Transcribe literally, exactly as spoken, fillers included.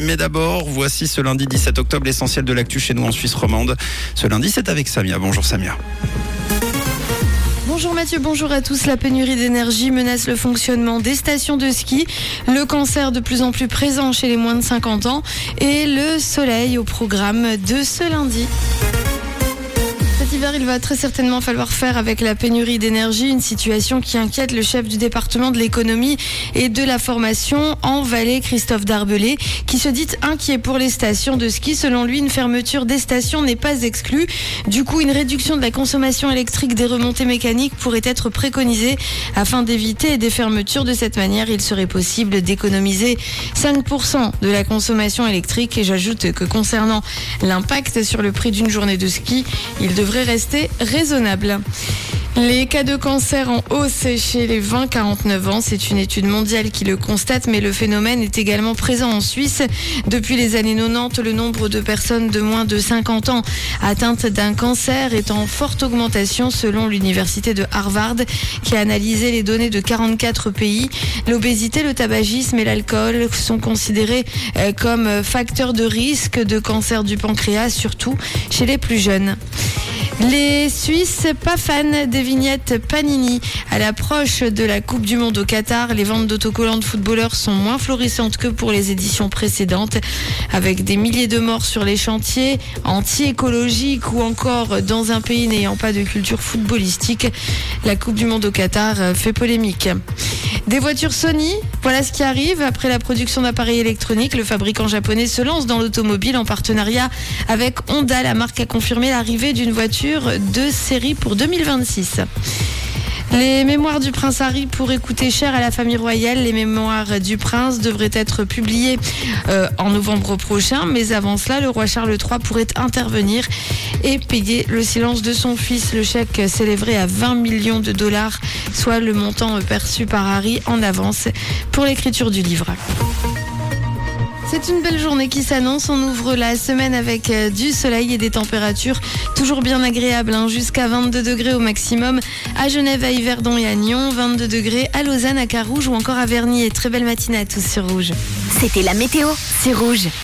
Mais d'abord, voici ce lundi dix-sept octobre, l'essentiel de l'actu chez nous en Suisse romande. Ce lundi, c'est avec Samia. Bonjour Samia. Bonjour Mathieu, bonjour à tous. La pénurie d'énergie menace le fonctionnement des stations de ski, le cancer de plus en plus présent chez les moins de cinquante ans et le soleil au programme de ce lundi. Cet hiver, il va très certainement falloir faire avec la pénurie d'énergie, une situation qui inquiète le chef du département de l'économie et de la formation en Valais, Christophe Darbelé, qui se dit inquiet pour les stations de ski. Selon lui, une fermeture des stations n'est pas exclue. Du coup, une réduction de la consommation électrique des remontées mécaniques pourrait être préconisée afin d'éviter des fermetures. De cette manière, il serait possible d'économiser cinq pour cent de la consommation électrique. Et j'ajoute que concernant l'impact sur le prix d'une journée de ski, il devrait rester raisonnable. Les cas de cancer en hausse chez les vingt à quarante-neuf ans, c'est une étude mondiale qui le constate, mais le phénomène est également présent en Suisse. Depuis les années quatre-vingt-dix, le nombre de personnes de moins de cinquante ans atteintes d'un cancer est en forte augmentation selon l'université de Harvard qui a analysé les données de quarante-quatre pays. L'obésité, le tabagisme et l'alcool sont considérés comme facteurs de risque de cancer du pancréas, surtout chez les plus jeunes. Les Suisses, pas fans des vignettes Panini. À l'approche de la Coupe du Monde au Qatar, les ventes d'autocollants de footballeurs sont moins florissantes que pour les éditions précédentes. Avec des milliers de morts sur les chantiers, anti-écologiques ou encore dans un pays n'ayant pas de culture footballistique, la Coupe du Monde au Qatar fait polémique. Des voitures Sony, voilà ce qui arrive. Après la production d'appareils électroniques, le fabricant japonais se lance dans l'automobile en partenariat avec Honda. La marque a confirmé l'arrivée d'une voiture de série pour deux mille vingt-six. Les mémoires du prince Harry pourraient coûter cher à la famille royale. Les mémoires du prince devraient être publiées euh, en novembre prochain. Mais avant cela, le roi Charles trois pourrait intervenir et payer le silence de son fils. Le chèque s'élèverait à vingt millions de dollars, soit le montant perçu par Harry en avance pour l'écriture du livre. C'est une belle journée qui s'annonce. On ouvre la semaine avec du soleil et des températures toujours bien agréables, hein, jusqu'à vingt-deux degrés au maximum à Genève, à Yverdon et à Nyon, vingt-deux degrés à Lausanne, à Carouge ou encore à Vernier. Très belle matinée à tous sur Rouge. C'était la météo, c'est Rouge.